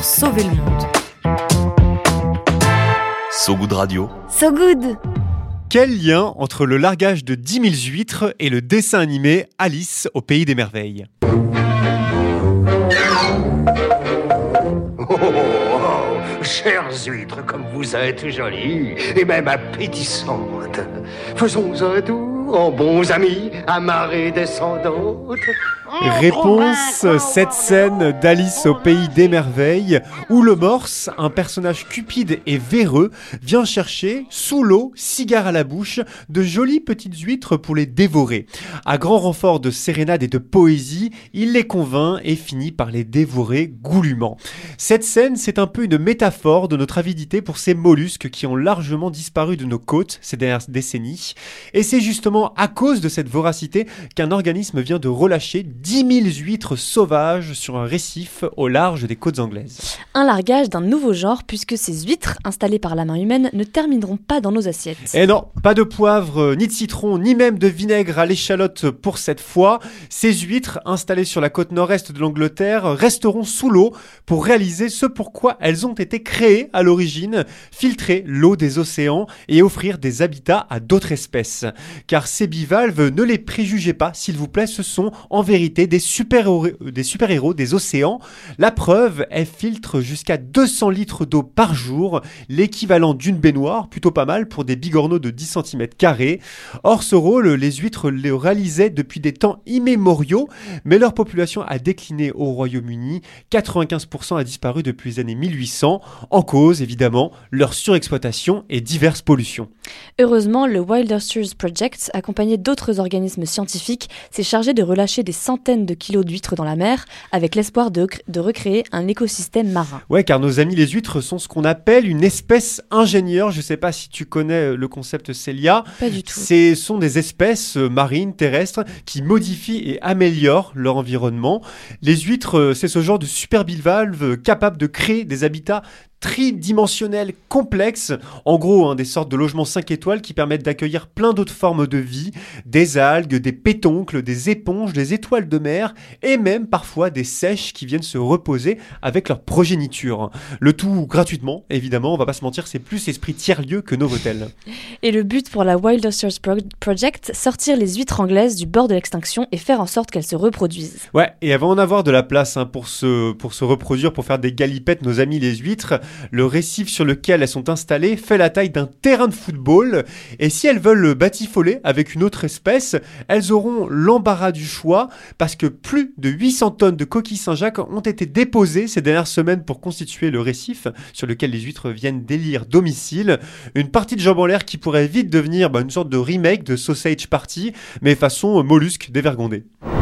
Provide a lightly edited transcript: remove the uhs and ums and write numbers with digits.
sauver le monde. So Good Radio. So Good! Quel lien entre le largage de 10 000 huîtres et le dessin animé Alice au pays des merveilles ? Chères huîtres, comme vous êtes jolies et même appétissantes. Faisons un tour en bons amis à marée descendante. Réponse, cette scène d'Alice au pays des merveilles où le morse, un personnage cupide et véreux, vient chercher, sous l'eau, cigare à la bouche, de jolies petites huîtres pour les dévorer. À grand renfort de sérénade et de poésie, il les convainc et finit par les dévorer goulûment. Cette scène, c'est un peu une métaphore de notre avidité pour ces mollusques qui ont largement disparu de nos côtes ces dernières décennies. Et c'est justement à cause de cette voracité qu'un organisme vient de relâcher 10 000 huîtres sauvages sur un récif au large des côtes anglaises. Un largage d'un nouveau genre puisque ces huîtres, installées par la main humaine, ne termineront pas dans nos assiettes. Et non, pas de poivre, ni de citron, ni même de vinaigre à l'échalote pour cette fois. Ces huîtres, installées sur la côte nord-est de l'Angleterre, resteront sous l'eau pour réaliser ce pourquoi elles ont été créées à l'origine, filtrer l'eau des océans et offrir des habitats à d'autres espèces. Car ces bivalves, ne les préjugez pas, s'il vous plaît, ce sont en vérité des super-héros des océans. La preuve, elles filtrent jusqu'à 200 litres d'eau par jour, l'équivalent d'une baignoire, plutôt pas mal pour des bigorneaux de 10 cm². Or, ce rôle, les huîtres le réalisaient depuis des temps immémoriaux, mais leur population a décliné au Royaume-Uni. 95% a disparu depuis les années 1800, en cause évidemment leur surexploitation et diverses pollutions. Heureusement, le Wild Oysters Project, accompagné d'autres organismes scientifiques, s'est chargé de relâcher des centaines de kilos d'huîtres dans la mer, avec l'espoir de recréer un écosystème marin. Ouais, car nos amis les huîtres sont ce qu'on appelle une espèce ingénieure. Je ne sais pas si tu connais le concept, Célia. Pas du tout. Ce sont des espèces marines, terrestres, qui modifient et améliorent leur environnement. Les huîtres, c'est ce genre de super bivalves capables de créer des habitats tridimensionnels complexes, en gros des sortes de logements 5 étoiles qui permettent d'accueillir plein d'autres formes de vie, des algues, des pétoncles, des éponges, des étoiles de mer et même parfois des seiches qui viennent se reposer avec leur progéniture. Le tout gratuitement, évidemment, on va pas se mentir, c'est plus esprit tiers-lieu que Novotel. Et le but pour la Wild Oysters Project, sortir les huîtres anglaises du bord de l'extinction et faire en sorte qu'elles se reproduisent. Ouais, et avant d'en avoir de la place pour se reproduire, pour faire des galipettes, nos amis les huîtres, le récif sur lequel elles sont installées fait la taille d'un terrain de football. Et si elles veulent batifoler avec une autre espèce, elles auront l'embarras du choix parce que plus de 800 tonnes de coquilles Saint-Jacques ont été déposées ces dernières semaines pour constituer le récif sur lequel les huîtres viennent d'élire domicile. Une partie de jambes en l'air qui pourrait vite devenir une sorte de remake de Sausage Party, mais façon mollusque dévergondé.